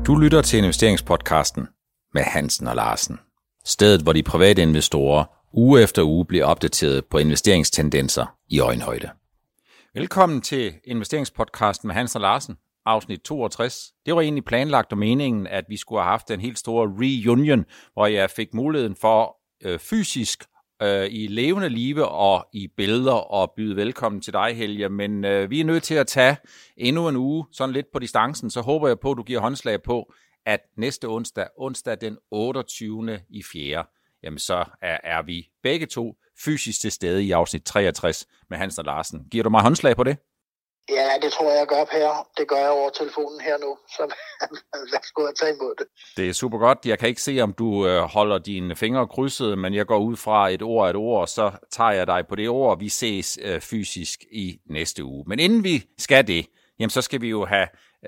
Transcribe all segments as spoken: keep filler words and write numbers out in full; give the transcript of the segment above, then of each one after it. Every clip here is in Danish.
Du lytter til investeringspodcasten med Hansen og Larsen. Stedet, hvor de private investorer uge efter uge bliver opdateret på investeringstendenser i øjenhøjde. Velkommen til investeringspodcasten med Hansen og Larsen, afsnit toogtres. Det var egentlig planlagt og meningen, at vi skulle have haft en helt stor reunion, hvor jeg fik muligheden for øh, fysisk øh, i levende live og i billeder og byde velkommen til dig, Helge. Men øh, vi er nødt til at tage endnu en uge, sådan lidt på distancen. Så håber jeg på, at du giver håndslag på, at næste onsdag, onsdag den otteogtyvende i fjerde, jamen så er, er vi begge to fysisk til stede i afsnit treogtres med Hansen og Larsen. Giver du mig håndslag på det? Ja, det tror jeg, jeg gør her. Det gør jeg over telefonen her nu, så lad os gå og tage imod det. Det er super godt. Jeg kan ikke se, om du øh, holder dine fingre krydset, men jeg går ud fra et ord et ord, og så tager jeg dig på det ord. Vi ses øh, fysisk i næste uge. Men inden vi skal det, jamen så skal vi jo have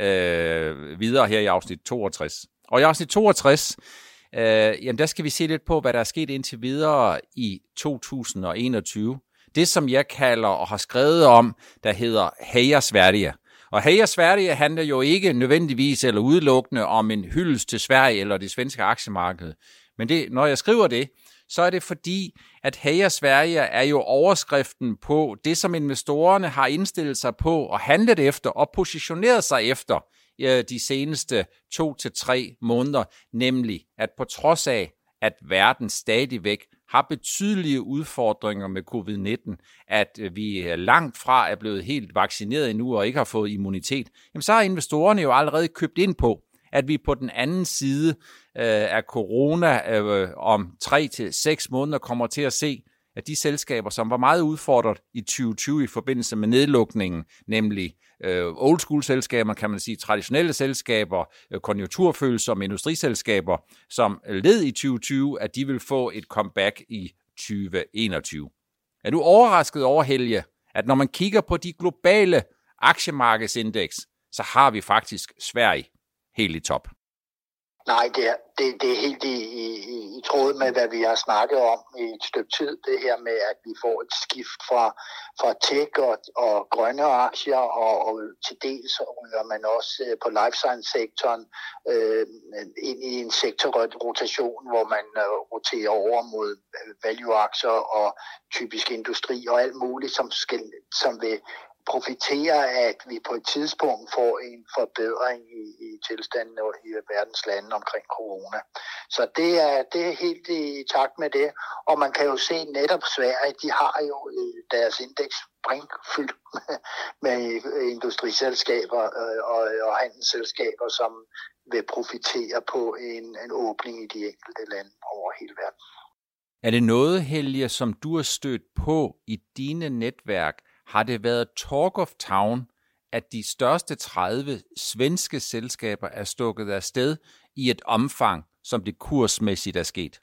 øh, videre her i afsnit toogtres. Og i afsnit toogtres, øh, jamen der skal vi se lidt på, hvad der er sket indtil videre i to tusind og enogtyve. Det, som jeg kalder og har skrevet om, der hedder Heja Sverige. Og Heja Sverige handler jo ikke nødvendigvis eller udelukkende om en hyldest til Sverige eller det svenske aktiemarked. Men det, når jeg skriver det, så er det fordi, at Heja Sverige er jo overskriften på det, som investorerne har indstillet sig på og handlet efter og positioneret sig efter de seneste to til tre måneder. Nemlig, at på trods af, at verden stadigvæk har betydelige udfordringer med covid nitten, at vi langt fra er blevet helt vaccineret endnu og ikke har fået immunitet, jamen så har investorerne jo allerede købt ind på, at vi på den anden side øh, af corona øh, om tre til seks måneder kommer til at se, at de selskaber, som var meget udfordret i tyve tyve i forbindelse med nedlukningen, nemlig øh, old school selskaber, kan man sige, traditionelle selskaber, øh, konjunkturfølsomme industriselskaber, som led i tyve tyve, at de vil få et comeback i tyve enogtyve. Er du overrasket over, Helge, at når man kigger på de globale aktiemarkedsindeks, så har vi faktisk Sverige helt i top? Nej, det er, det, det er helt i, i, i tråd med, hvad vi har snakket om i et stykke tid. Det her med, at vi får et skift fra, fra tech og, og grønne aktier, og, og til dels ryger man også på life science-sektoren øh, ind i en sektorrotation, hvor man øh, roterer over mod value-aktier og typisk industri og alt muligt, som, skal, som vil profiterer, at vi på et tidspunkt får en forbedring i, i tilstanden i verdens lande omkring corona. Så det er, det er helt i takt med det. Og man kan jo se netop Sverige, de har jo deres indeks springfyldt med industriselskaber og, og handelsselskaber, som vil profitere på en, en åbning i de enkelte lande over hele verden. Er det noget, Helge, som du har stødt på i dine netværk? Har det været talk of town, at de største tredive svenske selskaber er stukket af sted i et omfang, som det kursmæssigt er sket?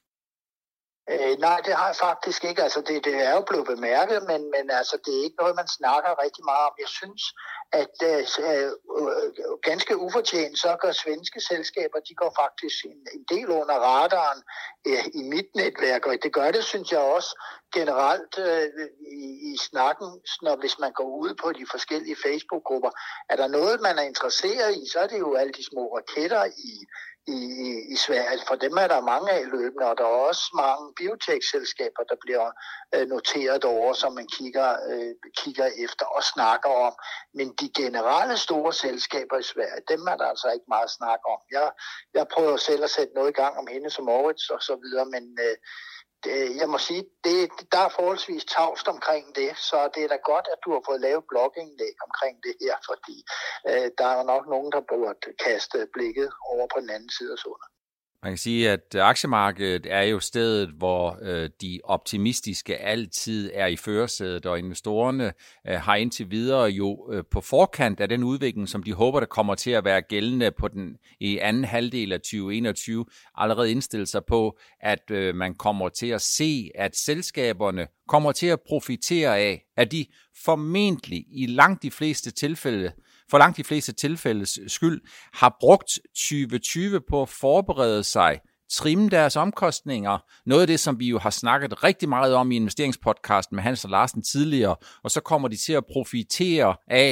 Øh, nej, det har jeg faktisk ikke. Altså, det, det er jo blevet bemærket, men, men altså, det er ikke noget, man snakker rigtig meget om. Jeg synes, at øh, øh, ganske ufortjent, så går svenske selskaber, de går faktisk en, en del under radaren øh, i mit netværk, og det gør det, synes jeg også generelt øh, i, i snakken, når hvis man går ud på de forskellige Facebook-grupper. Er der noget, man er interesseret i, så er det jo alle de små raketter i I, i Sverige. For dem er der mange af løbende, og der er også mange biotech-selskaber, der bliver øh, noteret over, som man kigger, øh, kigger efter og snakker om. Men de generelle store selskaber i Sverige, dem er der altså ikke meget snak om. Jeg, jeg prøver selv at sætte noget i gang om hende som Moritz og så videre, men øh, det, jeg må sige, det, der er forholdsvis tavst omkring det, så det er da godt, at du har fået lavet blogindlæg omkring det her, fordi øh, der er nok nogen, der burde kaste blikket over på den anden side af sundet. Man kan sige, at aktiemarkedet er jo stedet, hvor øh, de optimistiske altid er i førersædet, og investorerne øh, har indtil videre jo øh, på forkant af den udvikling, som de håber, der kommer til at være gældende på den i anden halvdel af tyve enogtyve, allerede indstillet sig på, at øh, man kommer til at se, at selskaberne kommer til at profitere af, at de formentlig i langt de fleste tilfælde for langt de fleste tilfældes skyld, har brugt tyve tyve på at forberede sig, trimme deres omkostninger. Noget af det, som vi jo har snakket rigtig meget om i investeringspodcasten med Hansen og Larsen tidligere, og så kommer de til at profitere af,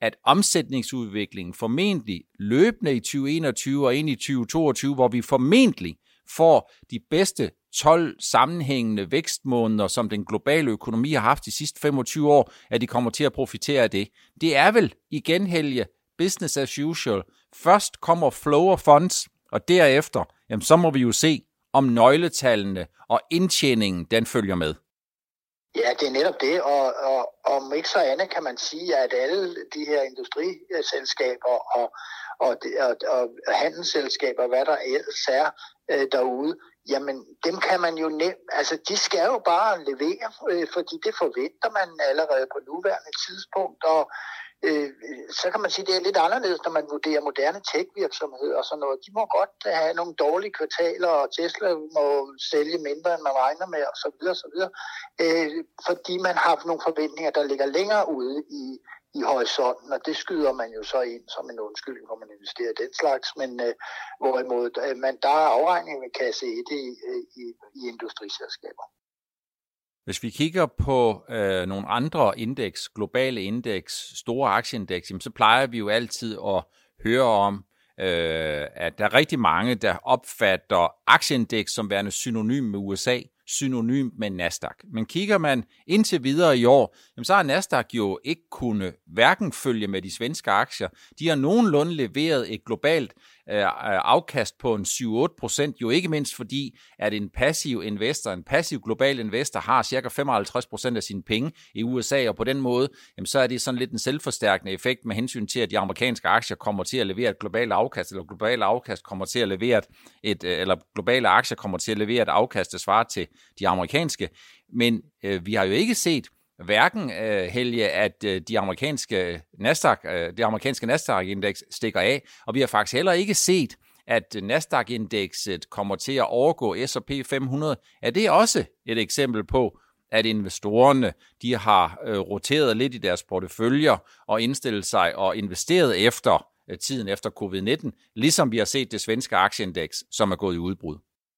at omsætningsudviklingen formentlig løbende i tyve enogtyve og ind i tyve toogtyve, hvor vi formentlig får de bedste tolv sammenhængende vækstmåneder, som den globale økonomi har haft de sidste femogtyve år, at de kommer til at profitere af det. Det er vel igen, Helge, business as usual. Først kommer flow of funds, og derefter, jamen, så må vi jo se, om nøgletallene og indtjeningen, den følger med. Ja, det er netop det, og, og om ikke så andet kan man sige, at alle de her industriselskaber og, og, og, og handelsselskaber, hvad der ellers er øh, derude, jamen dem kan man jo nemt, altså de skal jo bare levere, øh, fordi det forventer man allerede på nuværende tidspunkt, og øh, så kan man sige, at det er lidt anderledes, når man vurderer moderne tech-virksomheder og sådan noget. De må godt have nogle dårlige kvartaler, og Tesla må sælge mindre, end man regner med, og så videre, og så videre. Øh, fordi man har nogle forventninger, der ligger længere ude i, i horisonten, og det skyder man jo så ind som en undskyldning, hvor man investerer i den slags. Men øh, hvorimod øh, man, der er afregning med kasse et i, i, i industriselskaber. Hvis vi kigger på øh, nogle andre indeks, globale indeks, store aktieindeks, så plejer vi jo altid at høre om, øh, at der er rigtig mange, der opfatter aktieindeks som værende synonym med U S A, synonym med Nasdaq. Men kigger man indtil videre i år, jamen så har Nasdaq jo ikke kunnet hverken følge med de svenske aktier. De har nogenlunde leveret et globalt øh, afkast på en syv til otte procent, jo ikke mindst fordi, at en passiv investor, en passiv global investor, har cirka femoghalvtreds procent af sine penge i U S A, og på den måde, jamen så er det sådan lidt en selvforstærkende effekt med hensyn til, at de amerikanske aktier kommer til at levere et globalt afkast, eller globale afkast kommer til at levere et, eller globale aktier kommer til at levere et afkast, der svarer til de amerikanske. Men øh, vi har jo ikke set hverken, øh, Helge, at øh, de amerikanske Nasdaq, øh, det amerikanske Nasdaq-indeks stikker af, og vi har faktisk heller ikke set, at Nasdaq-indekset kommer til at overgå S og P fem hundrede. Er det også et eksempel på, at investorerne de har øh, roteret lidt i deres porteføljer og indstillet sig og investeret efter øh, tiden efter covid nitten, ligesom vi har set det svenske aktieindeks, som er gået i udbrud?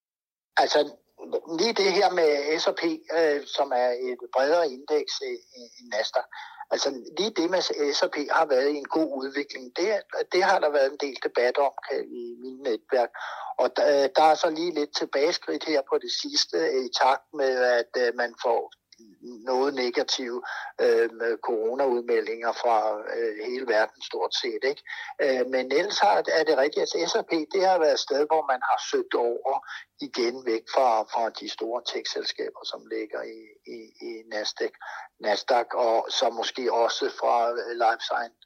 Altså, lige det her med S og P, øh, som er et bredere indeks i, i Nasdaq, altså lige det med S og P har været i en god udvikling. Det, det har der været en del debat om i mine netværk, og der, der er så lige lidt tilbageskridt her på det sidste i takt med, at øh, man får noget negative øh, coronaudmeldinger fra øh, hele verden stort set, ikke? Øh, men ellers er det rigtigt, at S og P det har været et sted, hvor man har søgt over igen væk fra, fra de store tech-selskaber, som ligger i, i, i Nasdaq, Nasdaq, og så måske også fra life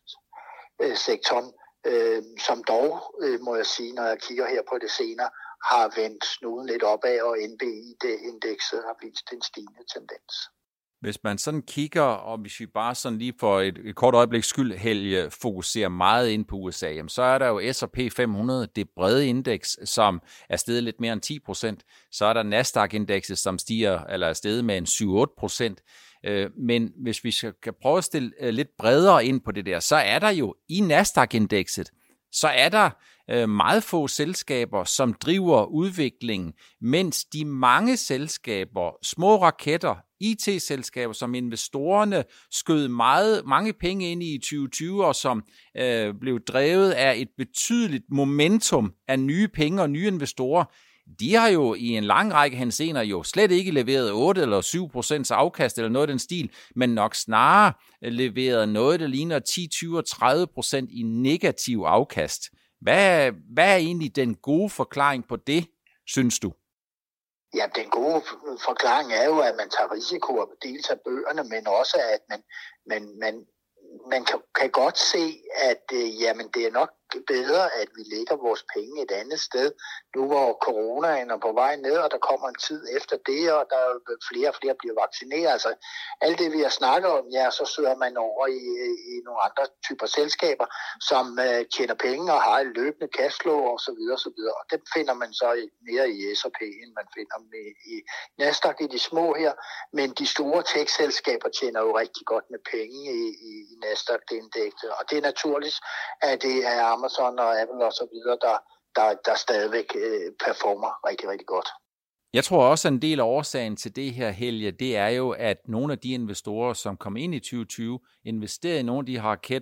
science-sektoren, øh, som dog, øh, må jeg sige, når jeg kigger her på det senere, har vendt snuden lidt opad, og N B I-indekset har vist en stigende tendens. Hvis man sådan kigger, og hvis vi bare sådan lige for et, et kort øjeblik skyld, Helge, fokuserer meget ind på U S A, jamen så er der jo S og P fem hundrede, det brede indeks, som er steget lidt mere end ti procent. Så er der Nasdaq-indekset, som stiger eller er steget med en syv til otte procent. Men hvis vi skal prøve at stille lidt bredere ind på det der, så er der jo i Nasdaq-indekset, så er der meget få selskaber, som driver udviklingen, mens de mange selskaber, små raketter, I T-selskaber, som investorerne skød meget, mange penge ind i i tyve tyve, og som øh, blev drevet af et betydeligt momentum af nye penge og nye investorer, de har jo i en lang række henseender jo slet ikke leveret otte eller syv procent afkast eller noget af den stil, men nok snarere leveret noget, der ligner ti, tyve og tredive procent i negativ afkast. Hvad, hvad er egentlig den gode forklaring på det, synes du? Ja, den gode forklaring er jo, at man tager risiko og dels af bøgerne, men også at man, man, man, man kan, kan godt se, at øh, jamen, det er nok bedre, at vi lægger vores penge et andet sted, nu hvor coronaen er på vej ned, og der kommer en tid efter det, og der er flere og flere bliver vaccineret. Altså alt det, vi har snakket om, ja, så søger man over i, i nogle andre typer selskaber, som øh, tjener penge og har et løbende cashflow og så videre, og så videre. Og det finder man så mere i S og P, end man finder med i Nasdaq i de små her, men de store tech-selskaber tjener jo rigtig godt med penge i, i, i Nasdaq-indekset, og det er naturligt, at det er Amazon og Apple og så videre, der, der, der stadigvæk øh, performer rigtig, rigtig godt. Jeg tror også, at en del af årsagen til det her, Helge, det er jo, at nogle af de investorer, som kom ind i tyve tyve, investerede i nogle af de her raketter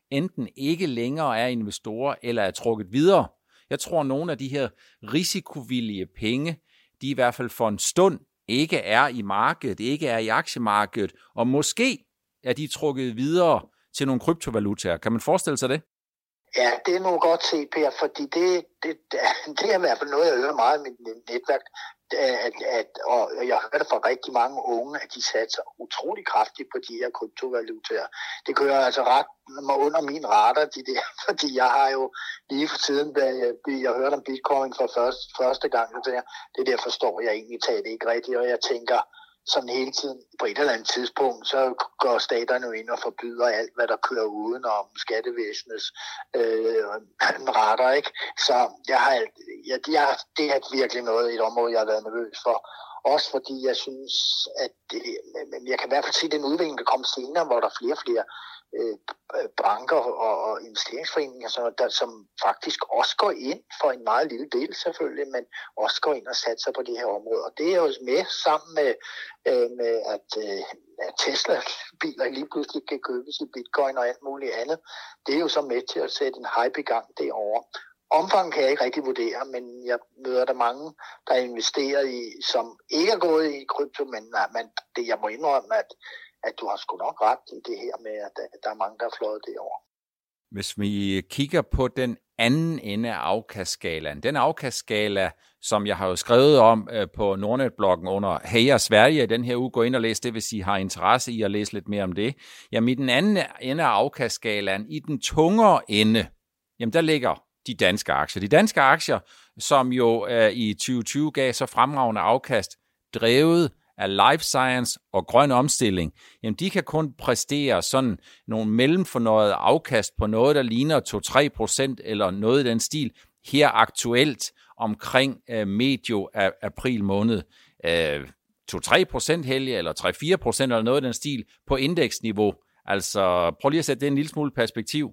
enten ikke længere er investorer eller er trukket videre. Jeg tror, at nogle af de her risikovillige penge, de i hvert fald for en stund ikke er i markedet, ikke er i aktiemarkedet, og måske er de trukket videre til nogle kryptovalutaer. Kan man forestille sig det? Ja, det er nu godt set, Per, fordi det, det, det er i hvert fald noget, jeg hører meget i mit netværk, at, at, og jeg hører det fra rigtig mange unge, at de satser utrolig kraftigt på de her kryptovalutaer. Det kører altså ret under min radar, de der, fordi jeg har jo lige for tiden, da jeg, jeg hørte om bitcoin for første, første gang, så der, det der forstår jeg egentlig talt ikke rigtigt, og jeg tænker, sådan hele tiden, på et eller andet tidspunkt, så går staterne jo ind og forbyder alt, hvad der kører uden om skattevæsenets øh, retter, ikke? Så jeg har, jeg, jeg, det er virkelig noget, et område, jeg har været nervøs for. Også fordi jeg synes, at det, jeg kan i hvert fald se, at den udvikling kan komme senere, hvor der er flere og flere øh, banker og, og investeringsforeninger, som, der, som faktisk også går ind for en meget lille del selvfølgelig, men også går ind og satser på de her områder. Og det er jo med sammen med, øh, med at, øh, at Tesla-biler lige pludselig kan købes i bitcoin og alt muligt andet. Det er jo så med til at sætte en hype i gang derovre. Omfangen kan jeg ikke rigtig vurdere, men jeg møder der mange, der er investeret i, som ikke er gået i krypto, men, nej, men det, jeg må indrømme, at, at du har sgu nok ret i det her med, at der er mange, der er fløjet derover. Hvis vi kigger på den anden ende af afkastskalaen, den afkastskala, som jeg har jo skrevet om på Nordnet-bloggen under Heja Sverige i den her uge, gå ind og læs det, hvis I har interesse i at læse lidt mere om det. Jamen i den anden ende af afkastskalaen, i den tungere ende, jamen der ligger de danske aktier. De danske aktier, som jo øh, i tyve tyve gav så fremragende afkast, drevet af life science og grøn omstilling, jamen de kan kun præstere sådan nogle mellemfornøjede afkast på noget, der ligner to til tre procent eller noget i den stil, her aktuelt omkring øh, medio af april måned. Øh, to til tre procent helge, eller tre til fire procent eller noget i den stil på indeksniveau. Altså prøv lige at sætte det en lille smule perspektiv.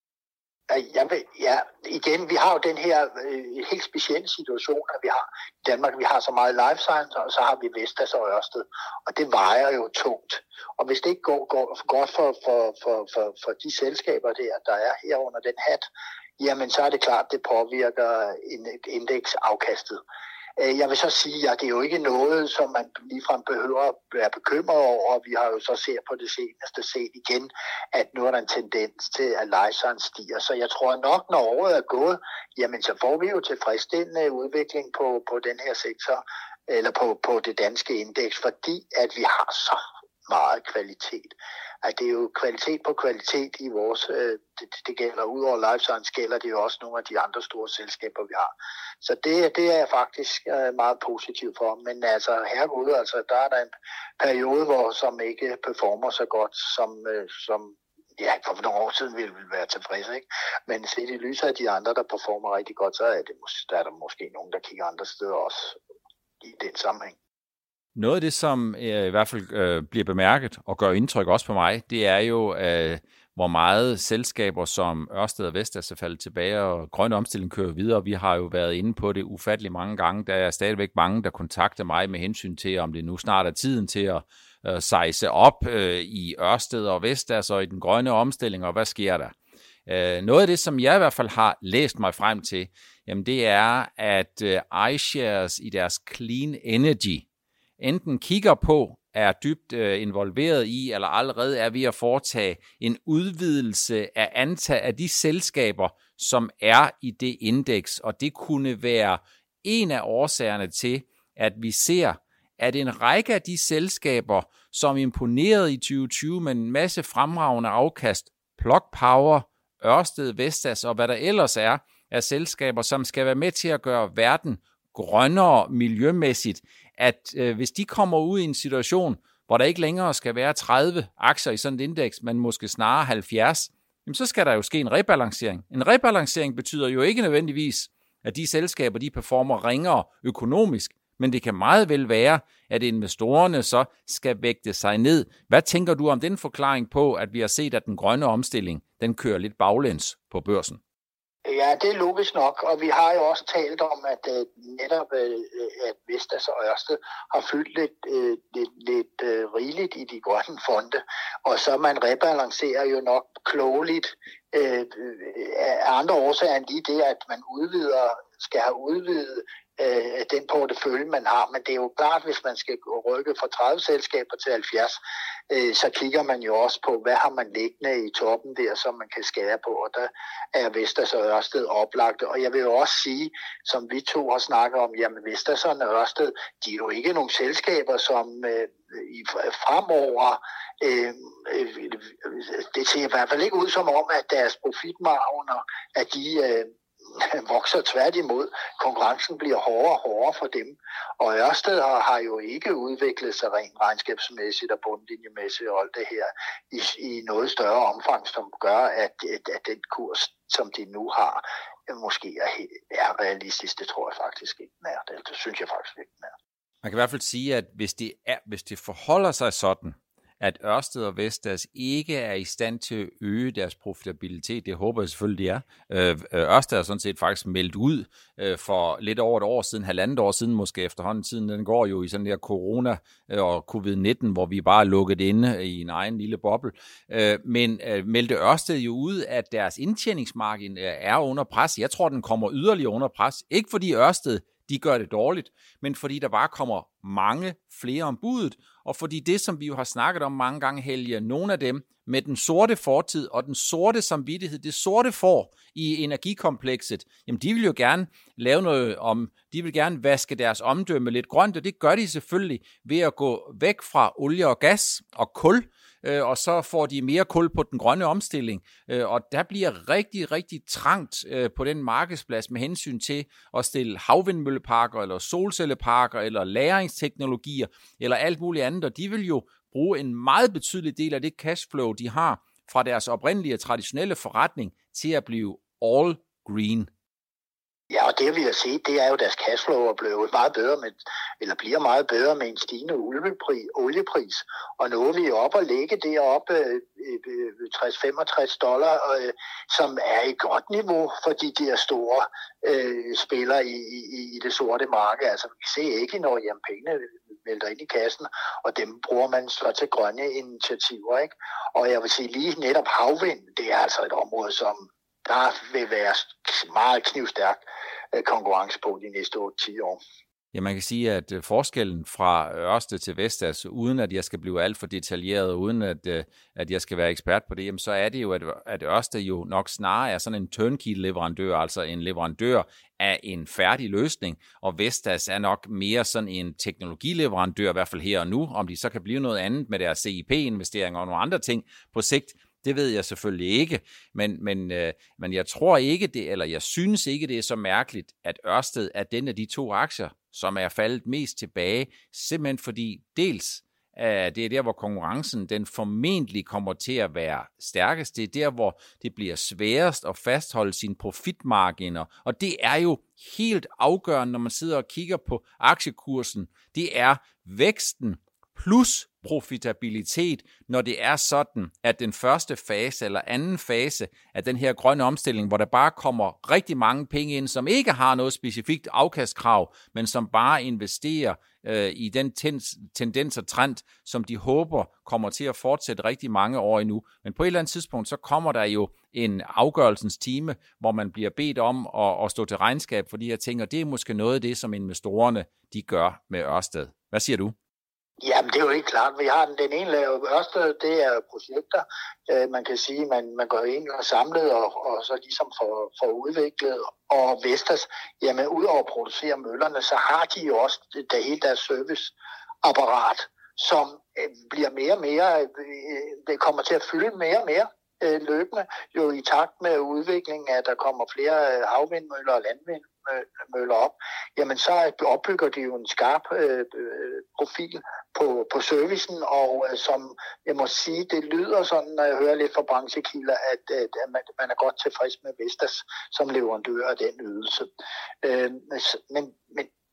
Jeg vil, ja, igen, vi har jo den her øh, helt specielle situation, at vi har i Danmark, vi har så meget life science, og så har vi Vestas og Ørsted, og det vejer jo tungt. Og hvis det ikke går, går godt for, for, for, for, for de selskaber der, der er her under den hat, jamen så er det klart, det påvirker indeksafkastet. Jeg vil så sige, at det er jo ikke noget, som man ligefrem behøver at være bekymret over. Vi har jo så set på det seneste set igen, at nu er der en tendens til, at life science stiger. Så jeg tror nok, når året er gået, jamen så får vi jo tilfredsstillende udvikling på, på den her sektor, eller på, på det danske indeks, fordi at vi har så meget kvalitet. At det er jo kvalitet på kvalitet i vores, øh, det, det gælder udover life science, gælder det jo også nogle af de andre store selskaber, vi har. Så det, det er jeg faktisk øh, meget positiv for. Men altså, herregud, altså, der er der en periode, hvor som ikke performer så godt, som, øh, som ja, for nogle år siden ville vi være tilfredse, ikke? Men set i lyset af de andre, der performer rigtig godt, så er, det, der er der måske nogen, der kigger andre steder også i den sammenhæng. Noget af det, som øh, i hvert fald øh, bliver bemærket og gør indtryk også på mig, det er jo, øh, hvor meget selskaber som Ørsted og Vestas er faldet tilbage, og grøn omstilling kører videre. Vi har jo været inde på det ufattelig mange gange. Der er stadigvæk mange, der kontakter mig med hensyn til, om det nu snart er tiden til at øh, sejse op øh, i Ørsted og Vestas og i den grønne omstilling, og hvad sker der? Øh, noget af det, som jeg i hvert fald har læst mig frem til, jamen det er, at øh, iShares i deres Clean Energy enten kigger på, er dybt øh, involveret i, eller allerede er ved at foretage en udvidelse af antal af de selskaber, som er i det indeks. Og det kunne være en af årsagerne til, at vi ser, at en række af de selskaber, som imponerede i tyve tyve med en masse fremragende afkast, Plug Power, Ørsted, Vestas og hvad der ellers er, af selskaber, som skal være med til at gøre verden grønnere miljømæssigt, at øh, hvis de kommer ud i en situation, hvor der ikke længere skal være tredive aktier i sådan et indeks, men måske snarere halvfjerds, jamen så skal der jo ske en rebalancering. En rebalancering betyder jo ikke nødvendigvis, at de selskaber, de performer ringere økonomisk, men det kan meget vel være, at investorerne så skal vægte sig ned. Hvad tænker du om den forklaring på, at vi har set, at den grønne omstilling, den kører lidt baglæns på børsen? Ja, det er logisk nok, og vi har jo også talt om, at uh, netop uh, at Vestas og Ørsted har fyldt lidt, uh, lidt, lidt uh, rigeligt i de grønne fonde, og så man rebalancerer jo nok klogeligt uh, af andre årsager end lige det, at man udvider, skal have udvidet uh, den portefølje, man har. Men det er jo klart, hvis man skal rykke fra tredive selskaber til halvfjerds, uh, så kigger man jo også på, hvad har man liggende i toppen der, som man kan skære på, og der er Vestas og Ørsted oplagte. Og jeg vil jo også sige, som vi to har snakket om, jamen Vestas og Ørsted, de er jo ikke nogle selskaber, som øh, i, fremover, øh, øh, det ser i hvert fald ikke ud som om, at deres profitmarginer, at de øh, vokser tværtimod. Konkurrencen bliver hårdere og hårdere for dem. Og Ørsted har, har jo ikke udviklet sig rent regnskabsmæssigt og bundlinjemæssigt og alt det her i, i noget større omfang, som gør, at, at, at den kurs, som de nu har, måske er, er realistisk. Det tror jeg faktisk ikke den er. Det, det synes jeg faktisk ikke den er. Man kan i hvert fald sige, at hvis det, er, hvis det forholder sig sådan, at Ørsted og Vestas ikke er i stand til at øge deres profitabilitet. Det håber jeg selvfølgelig, de er. Ørsted er sådan set faktisk meldt ud for lidt over et år siden, halvandet år siden måske efterhånden. Tiden den går jo i sådan der corona og covid nitten, hvor vi bare er lukket inde i en egen lille boble. Men meldte Ørsted jo ud, at deres indtjeningsmargin er under pres. Jeg tror, den kommer yderligere under pres. Ikke fordi Ørsted de gør det dårligt, men fordi der bare kommer mange flere om budet, og fordi det, som vi jo har snakket om mange gange, Helge, nogle af dem med den sorte fortid og den sorte samvittighed, det sorte får i energikomplekset, jamen de vil jo gerne lave noget om, de vil gerne vaske deres omdømme lidt grønt, og det gør de selvfølgelig ved at gå væk fra olie og gas og kul, og så får de mere kul på den grønne omstilling, og der bliver rigtig, rigtig trangt på den markedsplads med hensyn til at stille havvindmølleparker, eller solcelleparker, eller lagringsteknologier, eller alt muligt andet, og de vil jo bruge en meget betydelig del af det cashflow, de har fra deres oprindelige traditionelle forretning, til at blive all green. Ja, og det vi har set, det er jo, at deres cashflow er blevet meget bedre med, eller bliver meget bedre med en stigende oliepris. Og nu er vi oppe og ligge deroppe øh, tres til femogtres dollar, øh, som er et godt niveau for de der store øh, spillere i, i, i det sorte marked. Altså vi ser ikke, når jamen, pengene vælter ind i kassen, og dem bruger man så til grønne initiativer, ikke? Og jeg vil sige lige netop havvind, det er altså et område, som der vil være meget knivstærk konkurrence på de næste otte til ti år. Ja, man kan sige, at forskellen fra Ørsted til Vestas, uden at jeg skal blive alt for detaljeret, uden at, at jeg skal være ekspert på det, jamen, så er det jo, at Ørsted jo nok snarere er sådan en turnkey-leverandør, altså en leverandør af en færdig løsning, og Vestas er nok mere sådan en teknologileverandør, i hvert fald her og nu. Om de så kan blive noget andet med deres C I P-investeringer og nogle andre ting på sigt, det ved jeg selvfølgelig ikke, men, men, øh, men jeg tror ikke det, eller jeg synes ikke, det er så mærkeligt, at Ørsted er den af de to aktier, som er faldet mest tilbage, simpelthen fordi dels øh, det er der, hvor konkurrencen den formentlig kommer til at være stærkest. Det er der, hvor det bliver sværest at fastholde sine profitmarginer, og det er jo helt afgørende, når man sidder og kigger på aktiekursen. Det er væksten plus profitabilitet, når det er sådan, at den første fase eller anden fase af den her grønne omstilling, hvor der bare kommer rigtig mange penge ind, som ikke har noget specifikt afkastkrav, men som bare investerer øh, i den tens, tendens og trend, som de håber kommer til at fortsætte rigtig mange år endnu. Men på et eller andet tidspunkt, så kommer der jo en afgørelsens time, hvor man bliver bedt om at, at stå til regnskab for de her ting, og det er måske noget af det, som investorerne de gør med Ørsted. Hvad siger du? Jamen, det er jo ikke klart. Vi har den, den ene lave Ørsted, det er projekter. Øh, man kan sige, man, man går ind og samlet og, og så ligesom får, får udviklet. Og Vestas, jamen, udover at producere møllerne, så har de jo også det hele deres serviceapparat, som øh, bliver mere og mere, øh, det kommer til at fylde mere og mere øh, løbende, jo i takt med udviklingen, at der kommer flere øh, havvindmøller og landvind møller op, jamen så opbygger de jo en skarp øh, profil på, på servicen, og øh, som jeg må sige, det lyder sådan, når jeg hører lidt fra branchekilder, at, at, at man, man er godt tilfreds med Vestas som leverandør af den ydelse. Øh, men, men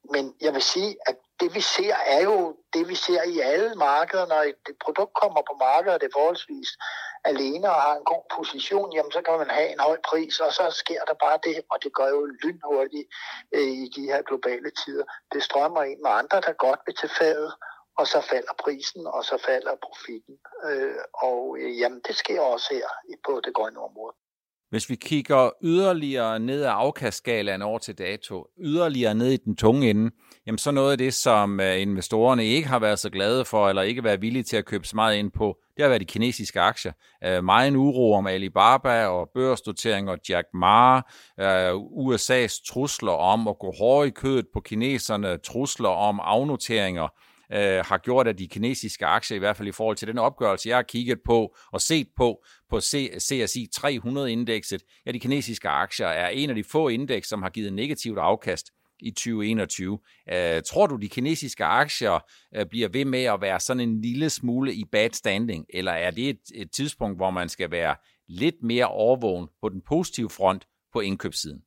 men jeg vil sige, at det vi ser er jo det vi ser i alle markeder. Når et produkt kommer på markedet, og det er forholdsvis alene og har en god position, jamen så kan man have en høj pris, og så sker der bare det, og det gør jo lynhurtigt øh, i de her globale tider. Det strømmer ind med andre, der godt vil til fadet, og så falder prisen, og så falder profitten. Øh, og øh, jamen det sker også her på det grønne område. Hvis vi kigger yderligere ned ad afkastskalaen over til dato, yderligere ned i den tunge ende, jamen så noget af det, som investorerne ikke har været så glade for, eller ikke været villige til at købe så meget ind på, det har været de kinesiske aktier. Uh, meget en uro om Alibaba og børsnotering og Jack Ma, uh, U S A's trusler om at gå hårdt i kødet på kineserne, trusler om afnoteringer, Uh, har gjort, at de kinesiske aktier, i hvert fald i forhold til den opgørelse, jeg har kigget på og set på, på C S I tre hundrede-indekset, ja, de kinesiske aktier er en af de få indeks, som har givet negativt afkast i tyve enogtyve. Uh, tror du, de kinesiske aktier uh, bliver ved med at være sådan en lille smule i bad standing, eller er det et, et tidspunkt, hvor man skal være lidt mere overvågen på den positive front på indkøbssiden?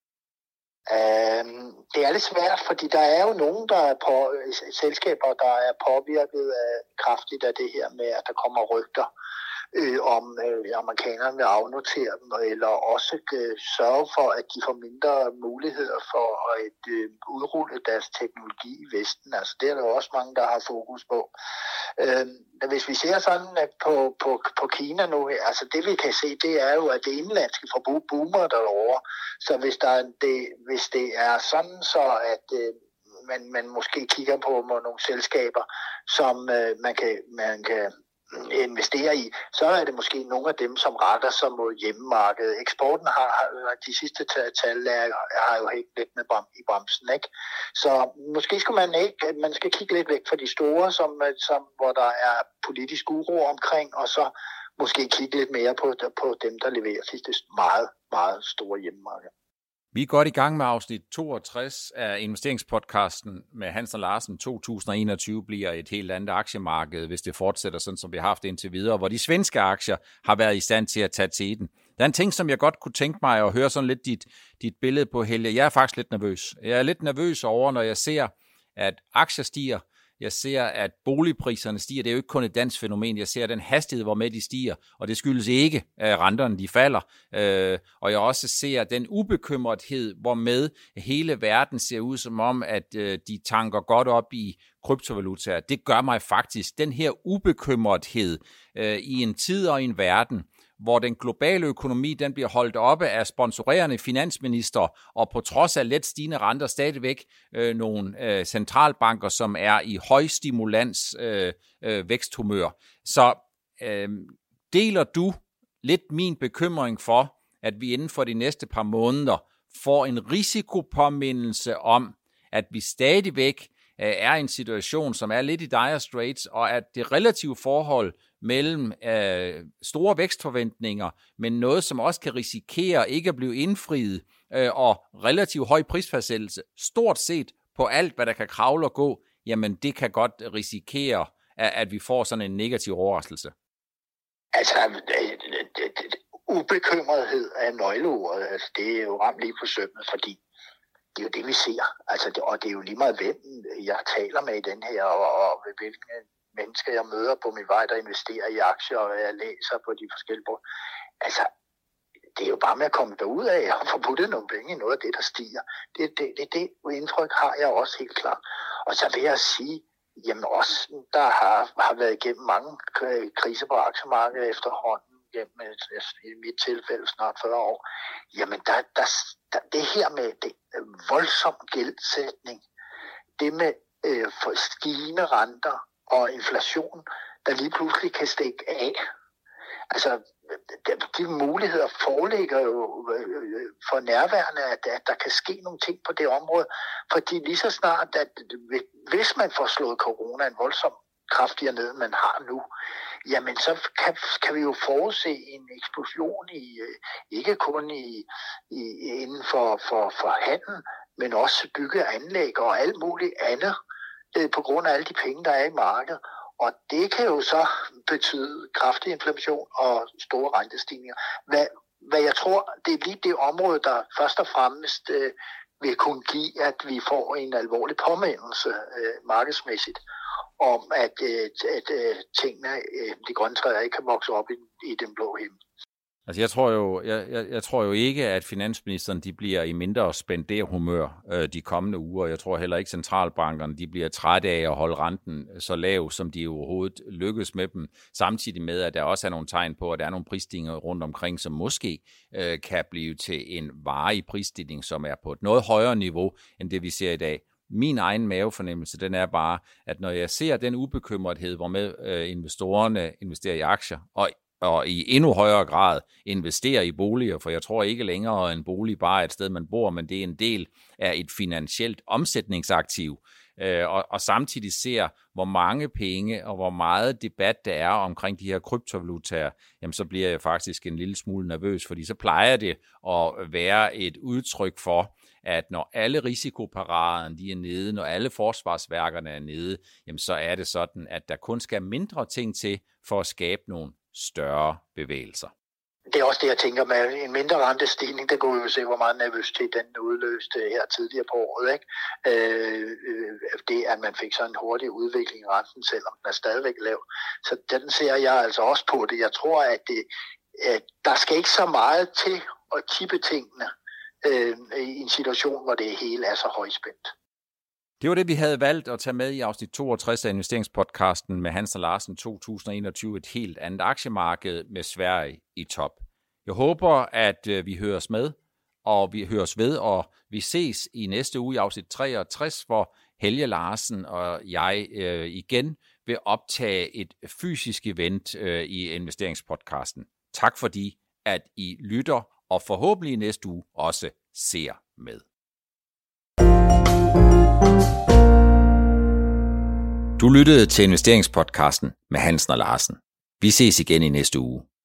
Øhm, det er lidt svært, fordi der er jo nogen, der er på selskaber, der er påvirket af, kraftigt af det her med, at der kommer rygter øh, om øh, amerikanerne vil afnotere dem, eller også øh, sørge for, at de får mindre muligheder for at øh, udrulle deres teknologi i Vesten. Altså det er der jo også mange, der har fokus på. Øh, hvis vi ser sådan at på, på, på Kina nu, altså det vi kan se, det er jo, at det indlandske forbrug boomer derovre. Så hvis, der er det, hvis det er sådan, så at øh, man, man måske kigger på nogle selskaber, som øh, man kan, man kan investere i, så er det måske nogle af dem, som retter sig mod hjemmemarkedet. Eksporten har, de sidste tal er, har jo helt lidt med bram, i bremsen, ikke? Så måske skal man ikke, man skal kigge lidt væk fra de store, som, som, hvor der er politisk uro omkring, og så måske kigge lidt mere på, på dem, der leverer til det meget, meget store hjemmemarked. Vi er godt i gang med afsnit toogtres af investeringspodcasten med Hansen Larsen. to tusind enogtyve bliver et helt andet aktiemarked, hvis det fortsætter sådan, som vi har haft indtil videre, hvor de svenske aktier har været i stand til at tage teten. Der er en ting, som jeg godt kunne tænke mig at høre sådan lidt dit, dit billede på, Helge. Jeg er faktisk lidt nervøs. Jeg er lidt nervøs over, når jeg ser, at aktier stiger. Jeg ser, at boligpriserne stiger. Det er jo ikke kun et dansk fænomen. Jeg ser den hastighed, hvor med de stiger, og det skyldes ikke, at renterne de falder. Og jeg også ser den ubekymrethed, hvor med hele verden ser ud som om, at de tanker godt op i kryptovalutaer. Det gør mig faktisk. Den her ubekymrethed i en tid og i en verden, hvor den globale økonomi den bliver holdt oppe af sponsorerende finansminister, og på trods af let stigende renter stadigvæk øh, nogle øh, centralbanker, som er i højstimulans øh, øh, væksthumør. Så øh, deler du lidt min bekymring for, at vi inden for de næste par måneder får en risikopåmindelse om, at vi stadigvæk øh, er i en situation, som er lidt i dire straits, og at det relative forhold mellem øh, store vækstforventninger, men noget, som også kan risikere ikke at blive indfriet, øh, og relativt høj prisfastsættelse, stort set på alt, hvad der kan kravle og gå, jamen det kan godt risikere, at, at vi får sådan en negativ overraskelse. Altså, det, det, det, ubekymrethed er nøgleordet. Altså, det er jo ramt lige på sømmet, fordi det er jo det, vi ser. Altså, det, og det er jo lige meget, hvem jeg taler med i den her, og, og hvilken mennesker, jeg møder på min vej, der investerer i aktier, og jeg læser på de forskellige bord. Altså, det er jo bare med at komme derud af og få puttet nogle penge i noget af det, der stiger. Det, det, det, det indtryk har jeg også helt klart. Og så vil jeg sige, jamen også, der har, har været igennem mange kriser på aktiemarkedet efterhånden, gennem i mit tilfælde snart fyrre år. Jamen, der, der, der, det her med det voldsom gældsætning, det med øh, for stigende renter, og inflation, der lige pludselig kan stikke af. Altså, de muligheder foreligger jo for nærværende, at, at der kan ske nogle ting på det område, fordi lige så snart, at hvis man får slået corona en voldsom kraftigere ned, man har nu, jamen så kan, kan vi jo forudse en eksplosion i, ikke kun i, i inden for, for, for handel, men også bygge anlæg og alt muligt andet, på grund af alle de penge, der er i markedet. Og det kan jo så betyde kraftig inflation og store rentestigninger. Hvad, hvad jeg tror, det er lige det område, der først og fremmest øh, vil kunne give, at vi får en alvorlig påmindelse øh, markedsmæssigt om, at, øh, at øh, tingene, øh, de grønne træer ikke kan vokse op i, i den blå himmel. Altså jeg tror jo, jeg, jeg, jeg tror jo ikke, at finansministeren de bliver i mindre spenderhumør øh, de kommende uger. Jeg tror heller ikke, centralbankerne de bliver trætte af at holde renten så lav, som de overhovedet lykkes med dem. Samtidig med, at der også er nogle tegn på, at der er nogle prisstigninger rundt omkring, som måske øh, kan blive til en varig prisstigning, som er på et noget højere niveau, end det vi ser i dag. Min egen mavefornemmelse, den er bare, at når jeg ser den ubekymrethed, hvormed øh, investorerne investerer i aktier, og og i endnu højere grad investere i boliger, for jeg tror ikke længere, at en bolig bare er et sted, man bor, men det er en del af et finansielt omsætningsaktiv, og, og samtidig ser, hvor mange penge og hvor meget debat der er omkring de her kryptovalutaer, jamen så bliver jeg faktisk en lille smule nervøs, fordi så plejer det at være et udtryk for, at når alle risikoparaderne de er nede, når alle forsvarsværkerne er nede, jamen så er det sådan, at der kun skal mindre ting til for at skabe nogle større bevægelser. Det er også det, jeg tænker med en mindre rentestigning. Der kunne vi jo se, hvor meget nervøsitet den udløste her tidligere på året. Ikke? Øh, det, at man fik så en hurtig udvikling i renten, selvom den er stadigvæk lav. Så den ser jeg altså også på det. Jeg tror, at, det, at der skal ikke så meget til at tippe tingene øh, i en situation, hvor det hele er så højspændt. Det var det, vi havde valgt at tage med i afsnit toogtres af investeringspodcasten med Hans og Larsen to tusind og enogtyve, et helt andet aktiemarked med Sverige i top. Jeg håber, at vi høres med, og vi høres ved, og vi ses i næste uge i afsnit treogtres, hvor Helge Larsen og jeg øh, igen vil optage et fysisk event øh, i investeringspodcasten. Tak fordi, at I lytter, og forhåbentlig næste uge også ser med. Du lyttede til investeringspodcasten med Hansen og Larsen. Vi ses igen i næste uge.